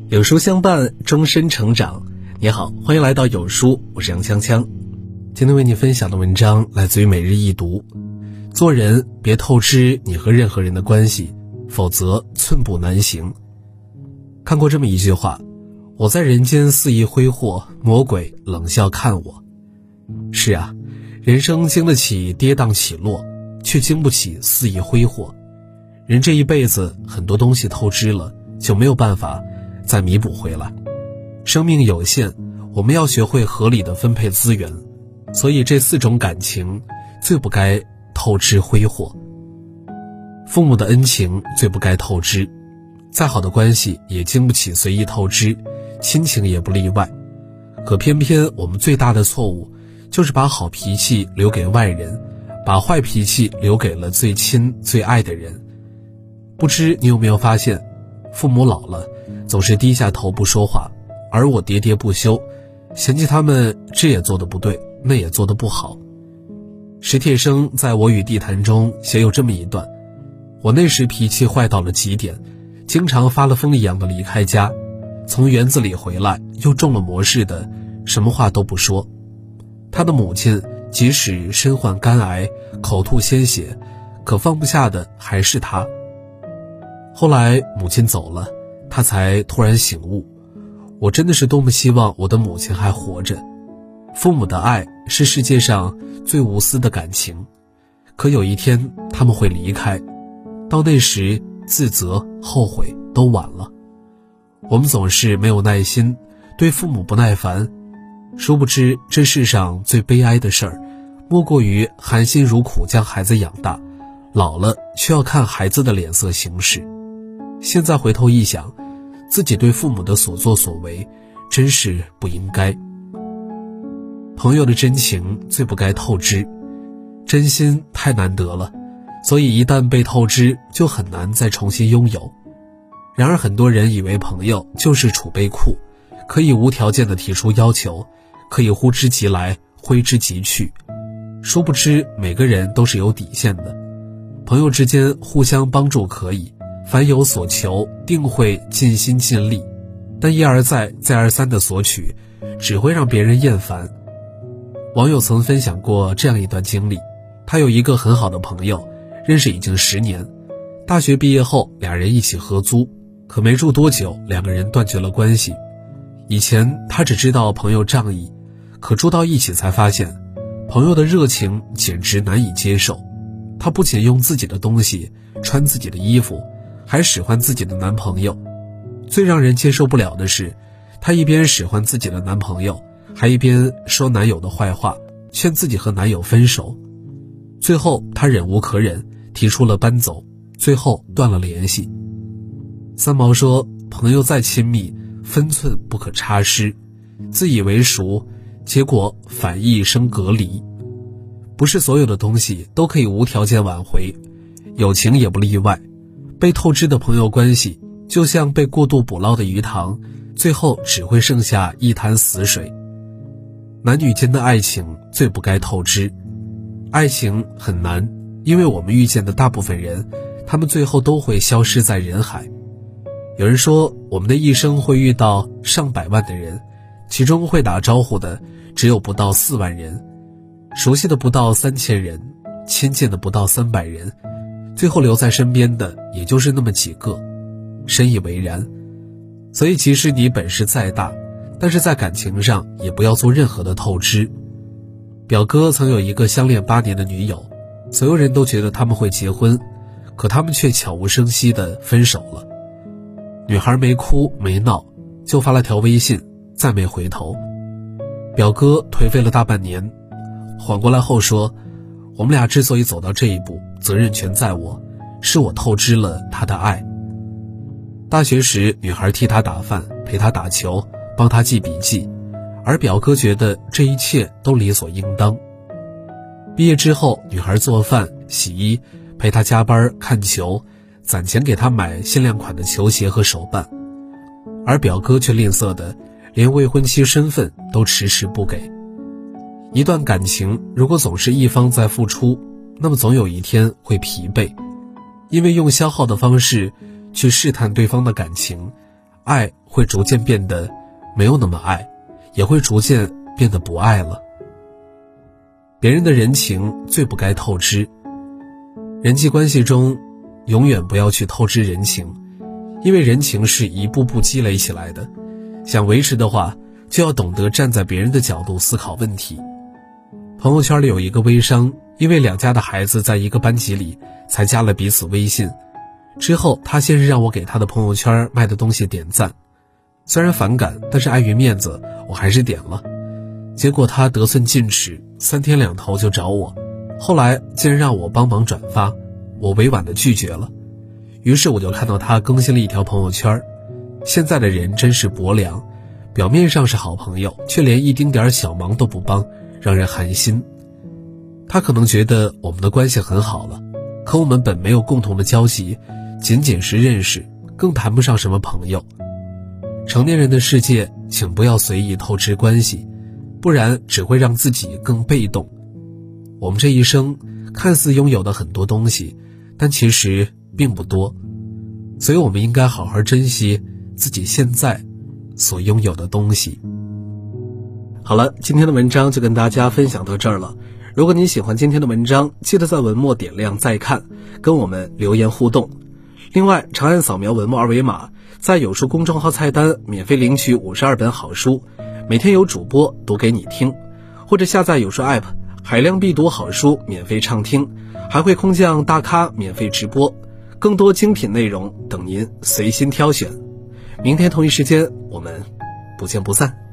有书相伴，终身成长。你好，欢迎来到有书，我是杨锵锵。今天为你分享的文章来自于每日一读。做人别透支你和任何人的关系，否则寸步难行。看过这么一句话，我在人间肆意挥霍，魔鬼冷笑看我。是啊，人生经得起跌宕起落，却经不起肆意挥霍。人这一辈子很多东西透支了，就没有办法再弥补回来。生命有限，我们要学会合理的分配资源，所以这4种感情最不该透支挥霍。父母的恩情最不该透支，再好的关系也经不起随意透支，亲情也不例外。可偏偏我们最大的错误就是把好脾气留给外人，把坏脾气留给了最亲最爱的人。不知你有没有发现，父母老了总是低下头不说话，而我喋喋不休，嫌弃他们这也做得不对，那也做得不好。史铁生在我与地坛中写有这么一段：我那时脾气坏到了极点，经常发了疯一样的离开家，从园子里回来又中了魔似的，什么话都不说。他的母亲即使身患肝癌，口吐鲜血，可放不下的还是他。后来母亲走了，他才突然醒悟，我真的是多么希望我的母亲还活着。父母的爱是世界上最无私的感情，可有一天他们会离开，到那时自责后悔都晚了。我们总是没有耐心，对父母不耐烦，殊不知这世上最悲哀的事儿，莫过于含辛茹苦将孩子养大，老了却要看孩子的脸色行事。现在回头一想，自己对父母的所作所为真是不应该。朋友的真情最不该透支，真心太难得了，所以一旦被透支就很难再重新拥有。然而很多人以为朋友就是储备库，可以无条件地提出要求，可以呼之即来挥之即去，殊不知每个人都是有底线的。朋友之间互相帮助可以，凡有所求定会尽心尽力，但一而再再而三的索取只会让别人厌烦。网友曾分享过这样一段经历，他有一个很好的朋友，认识已经10年，大学毕业后俩人一起合租，可没住多久两个人断绝了关系。以前他只知道朋友仗义，可住到一起才发现朋友的热情简直难以接受。他不仅用自己的东西穿自己的衣服，还使唤自己的男朋友。最让人接受不了的是，她一边使唤自己的男朋友，还一边说男友的坏话，劝自己和男友分手。最后她忍无可忍，提出了搬走，最后断了联系。三毛说，朋友再亲密，分寸不可差失，自以为熟，结果反一生隔离。不是所有的东西都可以无条件挽回，友情也不例外。被透支的朋友关系就像被过度捕捞的鱼塘，最后只会剩下一潭死水。男女间的爱情最不该透支。爱情很难，因为我们遇见的大部分人，他们最后都会消失在人海。有人说，我们的一生会遇到上百万的人，其中会打招呼的只有不到4万人，熟悉的不到3000人，亲近的不到300人，最后留在身边的也就是那么几个，深以为然。所以即使你本事再大，但是在感情上也不要做任何的透支。表哥曾有一个相恋8年的女友，所有人都觉得他们会结婚，可他们却悄无声息地分手了。女孩没哭没闹，就发了条微信，再没回头。表哥颓废了大半年，缓过来后说，我们俩之所以走到这一步，责任全在我，是我透支了他的爱。大学时，女孩替他打饭，陪他打球，帮他记笔记，而表哥觉得这一切都理所应当。毕业之后，女孩做饭、洗衣，陪他加班、看球，攒钱给他买限量款的球鞋和手办，而表哥却吝啬的连未婚妻身份都迟迟不给。一段感情如果总是一方在付出，那么总有一天会疲惫，因为用消耗的方式去试探对方的感情，爱会逐渐变得没有那么爱，也会逐渐变得不爱了。别人的人情最不该透支，人际关系中永远不要去透支人情，因为人情是一步步积累起来的，想维持的话，就要懂得站在别人的角度思考问题。朋友圈里有一个微商，因为2家的孩子在一个班级里，才加了彼此微信。之后他先是让我给他的朋友圈卖的东西点赞，虽然反感，但是碍于面子，我还是点了。结果他得寸进尺，3天2头就找我，后来竟然让我帮忙转发，我委婉地拒绝了。于是我就看到他更新了一条朋友圈，现在的人真是薄凉，表面上是好朋友，却连一丁点小忙都不帮，让人寒心。他可能觉得我们的关系很好了，可我们本没有共同的交集，仅仅是认识，更谈不上什么朋友。成年人的世界，请不要随意透支关系，不然只会让自己更被动。我们这一生看似拥有的很多东西，但其实并不多，所以我们应该好好珍惜自己现在所拥有的东西。好了，今天的文章就跟大家分享到这儿了。如果你喜欢今天的文章，记得在文末点亮再看，跟我们留言互动。另外，长按扫描文末二维码，在有书公众号菜单免费领取52本好书，每天有主播读给你听，或者下载有书 App， 海量必读好书免费畅听，还会空降大咖免费直播，更多精品内容等您随心挑选。明天同一时间，我们不见不散。